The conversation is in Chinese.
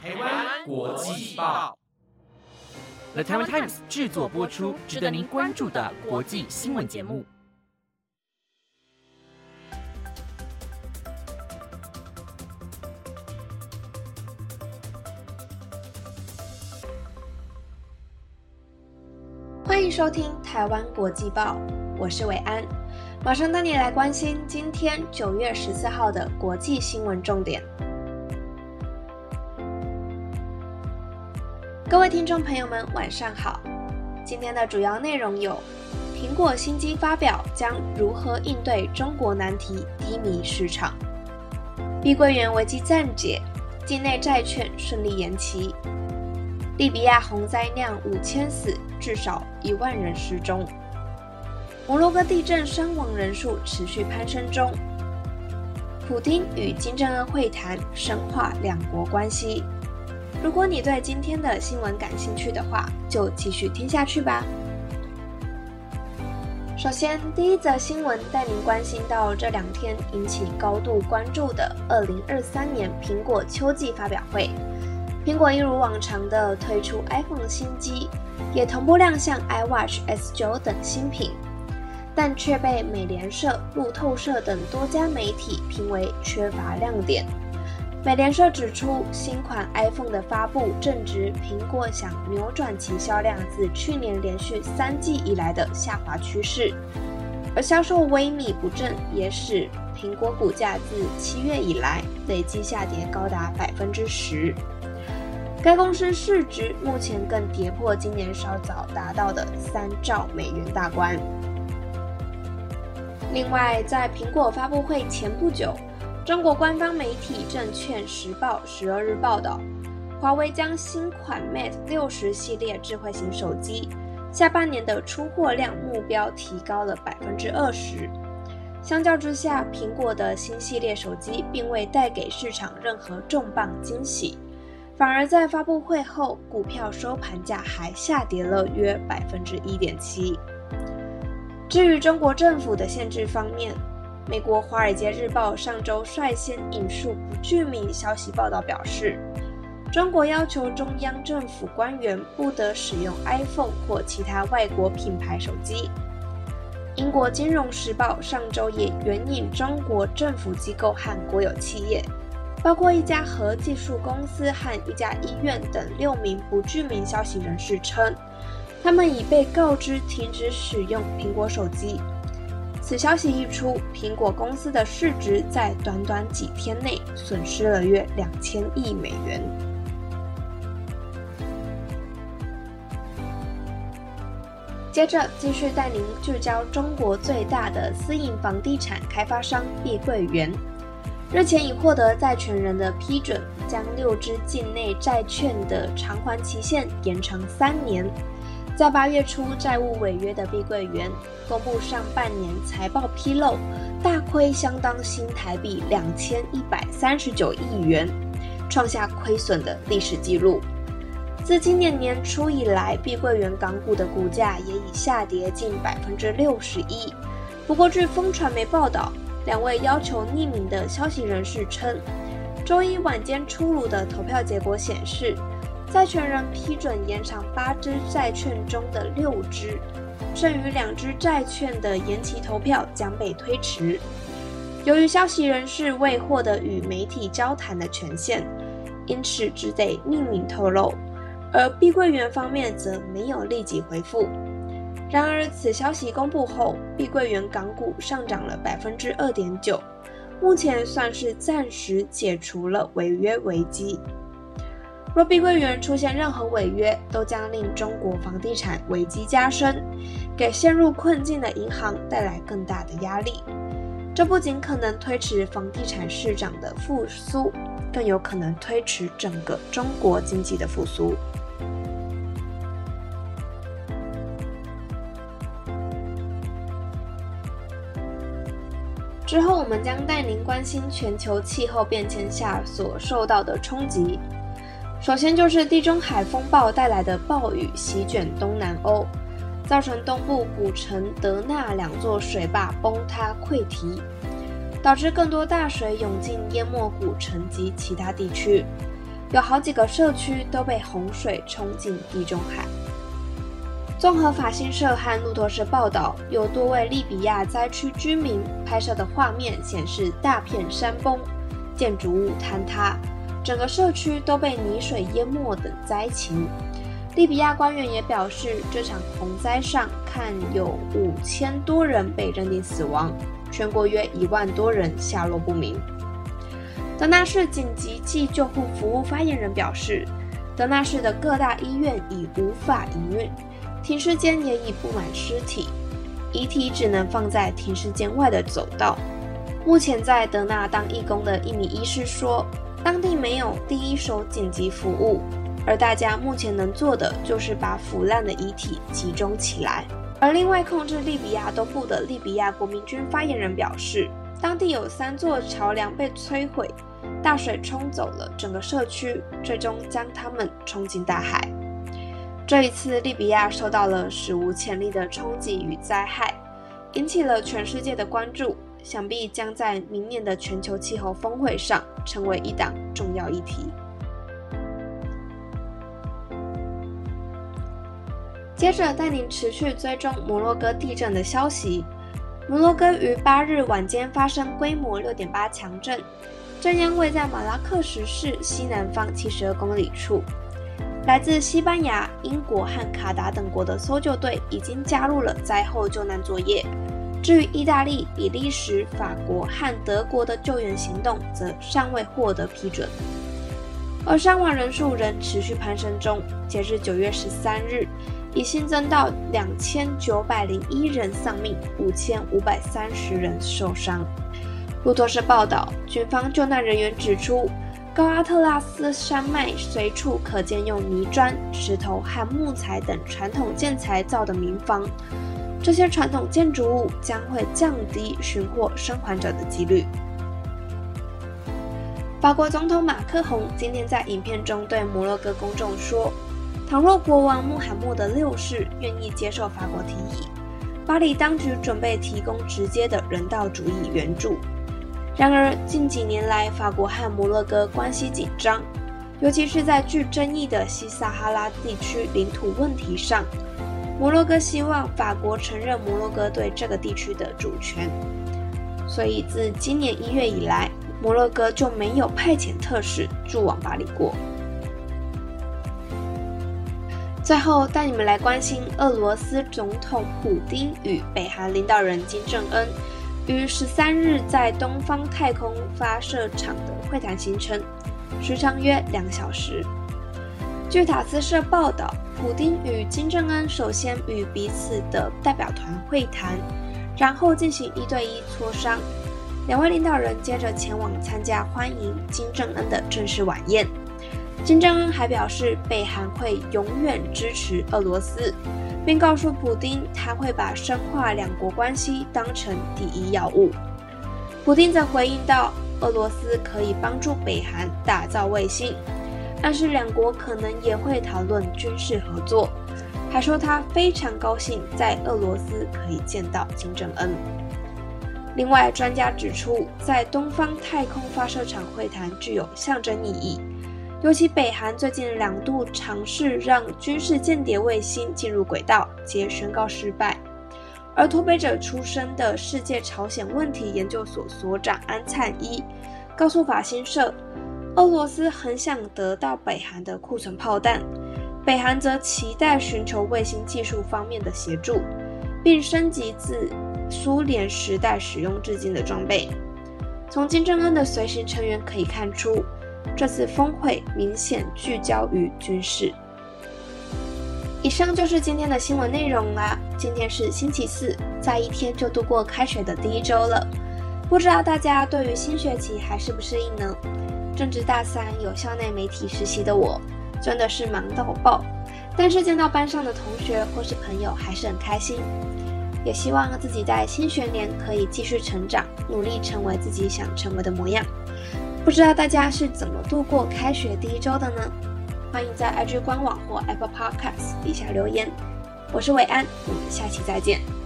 台湾国际报 The Taiwan Times 制作播出，值得您关注的国际新闻节目。 欢迎收听台湾国际报，我是伟安，马上带你来关心今天9月14号的国际新闻重点。各位听众朋友们，晚上好。今天的主要内容有：苹果新机发表将如何应对中国难题低迷市场；碧桂园危机暂解，境内债券顺利延期；利比亚洪灾酿5000死，至少1万人失踪；摩洛哥地震伤亡人数持续攀升中；普丁与金正恩会谈，深化两国关系。如果你对今天的新闻感兴趣的话，就继续听下去吧。首先，第一则新闻带您关心到这2天引起高度关注的2023年苹果秋季发表会。苹果一如往常的推出 iPhone 新机，也同步亮相 iWatch S9 等新品，但却被美联社、路透社等多家媒体评为缺乏亮点。美联社指出，新款 iPhone 的发布正值苹果想扭转其销量自去年连续3季以来的下滑趋势，而销售萎靡不振也使苹果股价自7月以来累计下跌高达 10%。该公司市值目前更跌破今年稍早达到的3兆美元大关。另外，在苹果发布会前不久，中国官方媒体证券时报12日报道，华为将新款 Mate 60系列智慧型手机下半年的出货量目标提高了 20%。相较之下，苹果的新系列手机并未带给市场任何重磅惊喜，反而在发布会后，股票收盘价还下跌了约 1.7%。至于中国政府的限制方面，美国《华尔街日报》上周率先引述不具名消息报道表示，中国要求中央政府官员不得使用 iPhone 或其他外国品牌手机。英国《金融时报》上周也援引中国政府机构和国有企业，包括一家核技术公司和一家医院等6名不具名消息人士称，他们已被告知停止使用苹果手机。此消息一出，苹果公司的市值在短短几天内损失了约2000亿美元。接着继续带您聚焦中国最大的私营房地产开发商碧桂园，日前已获得债权人的批准，将6支境内债券的偿还期限延长3年。在8月初债务违约的碧桂园公布上半年财报披露，大亏相当新台币2139亿元，创下亏损的历史纪录。自今年年初以来，碧桂园港股的股价也已下跌近61%。不过据风传媒报道，2位要求匿名的消息人士称，周一晚间出炉的投票结果显示，债权人批准延长8支债券中的6支，剩余2支债券的延期投票将被推迟。由于消息人士未获得与媒体交谈的权限，因此只得匿名透露，而碧桂园方面则没有立即回复。然而此消息公布后，碧桂园港股上涨了 2.9%， 目前算是暂时解除了违约危机。若碧桂园出现任何违约，都将令中国房地产危机加深，给陷入困境的银行带来更大的压力。这不仅可能推迟房地产市场的复苏，更有可能推迟整个中国经济的复苏。之后我们将带您关心全球气候变迁下所受到的冲击。首先就是地中海风暴带来的暴雨席卷东南欧，造成东部古城德纳2座水坝崩塌溃堤，导致更多大水涌进淹没古城及其他地区。 有好几个社区都被洪水冲进地中海。综合法新社和路透社报道，有多位利比亚灾区居民拍摄的画面显示，大片山崩、建筑物坍塌，整个社区都被泥水淹没等灾情。利比亚官员也表示，这场洪灾上看有5000多人被认定死亡，全国约1万多人下落不明。德纳市紧急暨救护服务发言人表示，德纳市的各大医院已无法营运，停尸间也已布满尸体，遗体只能放在停尸间外的走道。目前在德纳当义工的一名医师说，当地没有第一手紧急服务，而大家目前能做的就是把腐烂的遗体集中起来。而另外控制利比亚东部的利比亚国民军发言人表示，当地有3座桥梁被摧毁，大水冲走了整个社区，最终将他们冲进大海。这一次利比亚受到了史无前例的冲击与灾害，引起了全世界的关注，想必将在明年的全球气候峰会上成为一档重要议题。接着带您持续追踪摩洛哥地震的消息。摩洛哥于8日晚间发生规模 6.8 强震，震央位在马拉克什市西南方72公里处。来自西班牙、英国和卡达等国的搜救队已经加入了灾后救难作业。至于意大利、比利时、法国和德国的救援行动则尚未获得批准。而伤亡人数仍持续攀升中，截至9月13日，已新增到2901人丧命，5530人受伤。路透社报道，军方救难人员指出，高阿特拉斯山脉随处可见用泥砖、石头和木材等传统建材造的民房，这些传统建筑物将会降低寻获生还者的几率。法国总统马克宏今天在影片中对摩洛哥公众说，倘若国王穆罕默德6世愿意接受法国提议，巴黎当局准备提供直接的人道主义援助。然而，近几年来，法国和摩洛哥关系紧张，尤其是在具争议的西撒哈拉地区领土问题上。摩洛哥希望法国承认摩洛哥对这个地区的主权，所以自今年1月以来，摩洛哥就没有派遣特使驻往巴黎过。最后带你们来关心俄罗斯总统普丁与北韩领导人金正恩于13日在东方太空发射场的会谈行程，时长约2小时。据塔斯社报道，普丁与金正恩首先与彼此的代表团会谈，然后进行1对1磋商。两位领导人接着前往参加欢迎金正恩的正式晚宴。金正恩还表示，北韩会永远支持俄罗斯，并告诉普丁他会把深化两国关系当成第一要务。普丁则回应到，俄罗斯可以帮助北韩打造卫星，暗示两国可能也会讨论军事合作，还说他非常高兴在俄罗斯可以见到金正恩。另外，专家指出，在东方太空发射场会谈具有象征意义，尤其北韩最近2度尝试让军事间谍卫星进入轨道，皆宣告失败。而脱北者出身的世界朝鲜问题研究所所长安灿一告诉法新社，俄罗斯很想得到北韩的库存炮弹，北韩则期待寻求卫星技术方面的协助，并升级自苏联时代使用至今的装备。从金正恩的随行成员可以看出，这次峰会明显聚焦于军事。以上就是今天的新闻内容啦。今天是星期四，再一天就度过开学的第1周了。不知道大家对于新学期还适不适应呢？正值大3有校内媒体实习的我，真的是忙到爆，但是见到班上的同学或是朋友还是很开心。也希望自己在新学年可以继续成长，努力成为自己想成为的模样。不知道大家是怎么度过开学第1周的呢？欢迎在 IG 官网或 Apple Podcast 底下留言。我是伟安，我们下期再见。